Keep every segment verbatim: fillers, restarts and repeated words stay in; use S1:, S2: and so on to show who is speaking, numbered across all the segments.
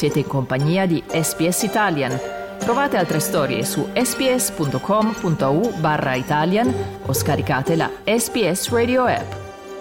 S1: Siete in compagnia di S B S Italian. Trovate altre storie su sbs.com.au barra Italian o scaricate la S B S Radio app.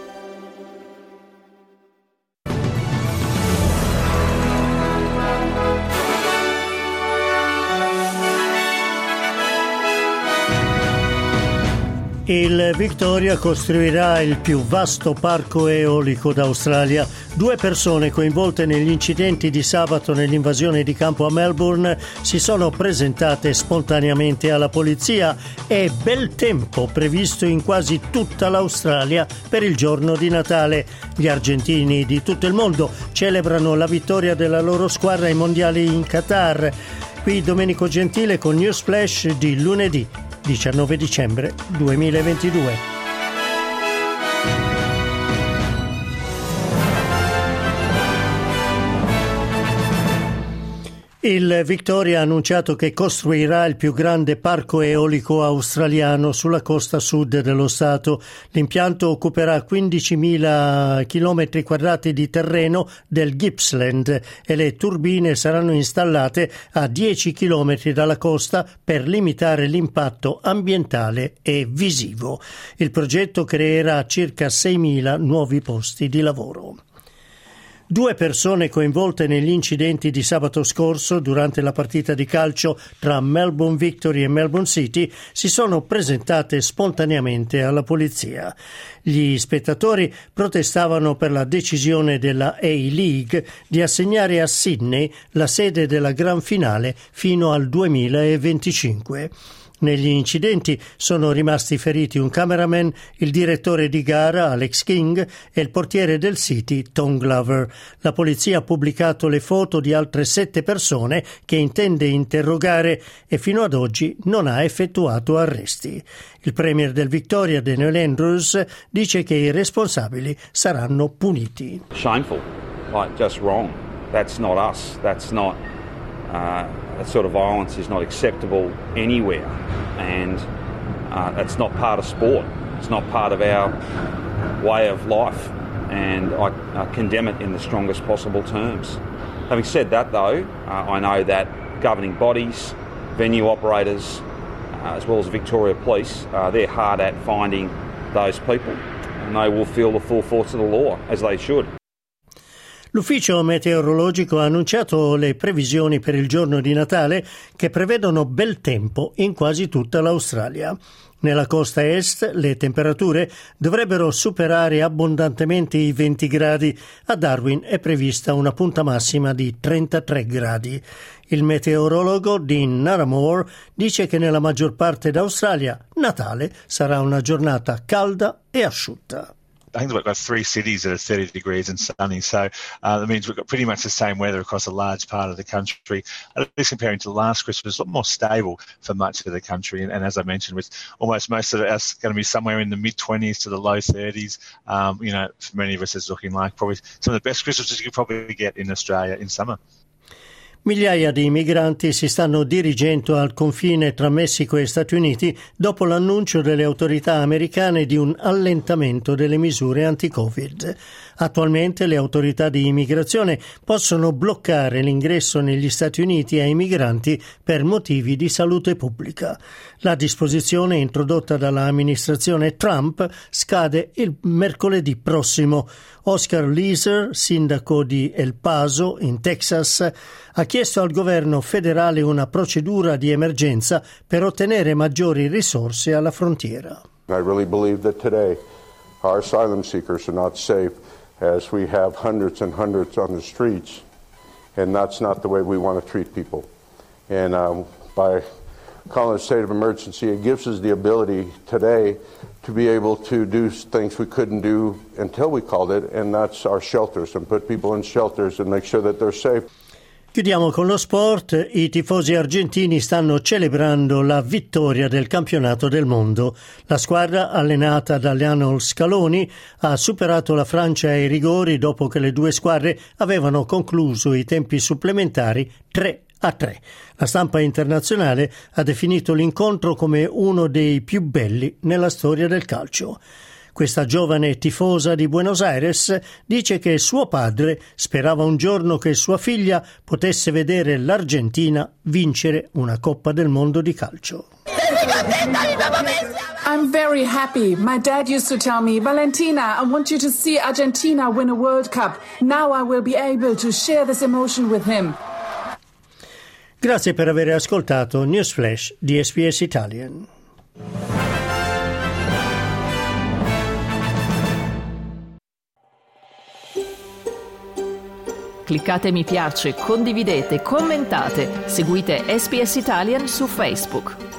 S2: Il Victoria costruirà il più vasto parco eolico d'Australia. Due persone coinvolte negli incidenti di sabato nell'invasione di campo a Melbourne si sono presentate spontaneamente alla polizia. È bel tempo previsto in quasi tutta l'Australia per il giorno di Natale. Gli argentini di tutto il mondo celebrano la vittoria della loro squadra ai mondiali in Qatar. Qui Domenico Gentile con News Flash di lunedì diciannove dicembre duemilaventidue. Il Victoria ha annunciato che costruirà il più grande parco eolico australiano sulla costa sud dello Stato. L'impianto occuperà quindicimila chilometri quadrati di terreno del Gippsland e le turbine saranno installate a dieci chilometri dalla costa per limitare l'impatto ambientale e visivo. Il progetto creerà circa seimila nuovi posti di lavoro. Due persone coinvolte negli incidenti di sabato scorso durante la partita di calcio tra Melbourne Victory e Melbourne City si sono presentate spontaneamente alla polizia. Gli spettatori protestavano per la decisione della A-League di assegnare a Sydney la sede della gran finale fino al duemilaventicinque. Negli incidenti sono rimasti feriti un cameraman, il direttore di gara Alex King e il portiere del City Tom Glover. La polizia ha pubblicato le foto di altre sette persone che intende interrogare e fino ad oggi non ha effettuato arresti. Il premier del Victoria, Daniel Andrews, dice che i responsabili saranno puniti.
S3: Shameful, like just wrong. That's not us. That's not. Uh, that sort of violence is not acceptable anywhere, and uh, that's not part of sport. It's not part of our way of life, and I, I condemn it in the strongest possible terms. Having said that, though, uh, I know that governing bodies, venue operators, uh, as well as Victoria Police, uh, they're hard at finding those people, and they will feel the full force of the law, as they should.
S2: L'ufficio meteorologico ha annunciato le previsioni per il giorno di Natale che prevedono bel tempo in quasi tutta l'Australia. Nella costa est le temperature dovrebbero superare abbondantemente i venti gradi. A Darwin è prevista una punta massima di trentatré gradi. Il meteorologo Dean Naramore dice che nella maggior parte d'Australia Natale sarà una giornata calda e asciutta.
S4: I think we've got three cities that are thirty degrees and sunny, so uh, that means we've got pretty much the same weather across a large part of the country. At least comparing to last Christmas, a lot more stable for much of the country. And, and as I mentioned, with almost most of us going to be somewhere in the mid-twenties to the low thirties, um, you know, for many of us it's looking like probably some of the best Christmases you could probably get in Australia in summer.
S2: Migliaia di migranti si stanno dirigendo al confine tra Messico e Stati Uniti dopo l'annuncio delle autorità americane di un allentamento delle misure anti-Covid. Attualmente le autorità di immigrazione possono bloccare l'ingresso negli Stati Uniti ai migranti per motivi di salute pubblica. La disposizione introdotta dall'amministrazione Trump scade il mercoledì prossimo. Oscar Leeser, sindaco di El Paso, in Texas, ha chiesto al governo federale una procedura di emergenza per ottenere maggiori risorse alla frontiera.
S5: I really believe that today our asylum seekers are not safe as we have hundreds and hundreds on the streets, and that's not the way we want to treat people. And um, by calling a state of emergency, it gives us the ability today to be able to do things we couldn't do until we called it, and that's our shelters, and put people in shelters and make sure that they're safe.
S2: Chiudiamo con lo sport. I tifosi argentini stanno celebrando la vittoria del campionato del mondo. La squadra, allenata da Lionel Scaloni, ha superato la Francia ai rigori dopo che le due squadre avevano concluso i tempi supplementari tre a tre. La stampa internazionale ha definito l'incontro come uno dei più belli nella storia del calcio. Questa giovane tifosa di Buenos Aires dice che suo padre sperava un giorno che sua figlia potesse vedere l'Argentina vincere una Coppa del Mondo di calcio.
S6: I'm very happy. My dad used to tell me, Valentina, I want you to see Argentina win a World Cup. Now I will be able to share this emotion with him.
S2: Grazie per aver ascoltato News Flash di S B S Italian.
S1: Cliccate mi piace, condividete, commentate, seguite S B S Italian su Facebook.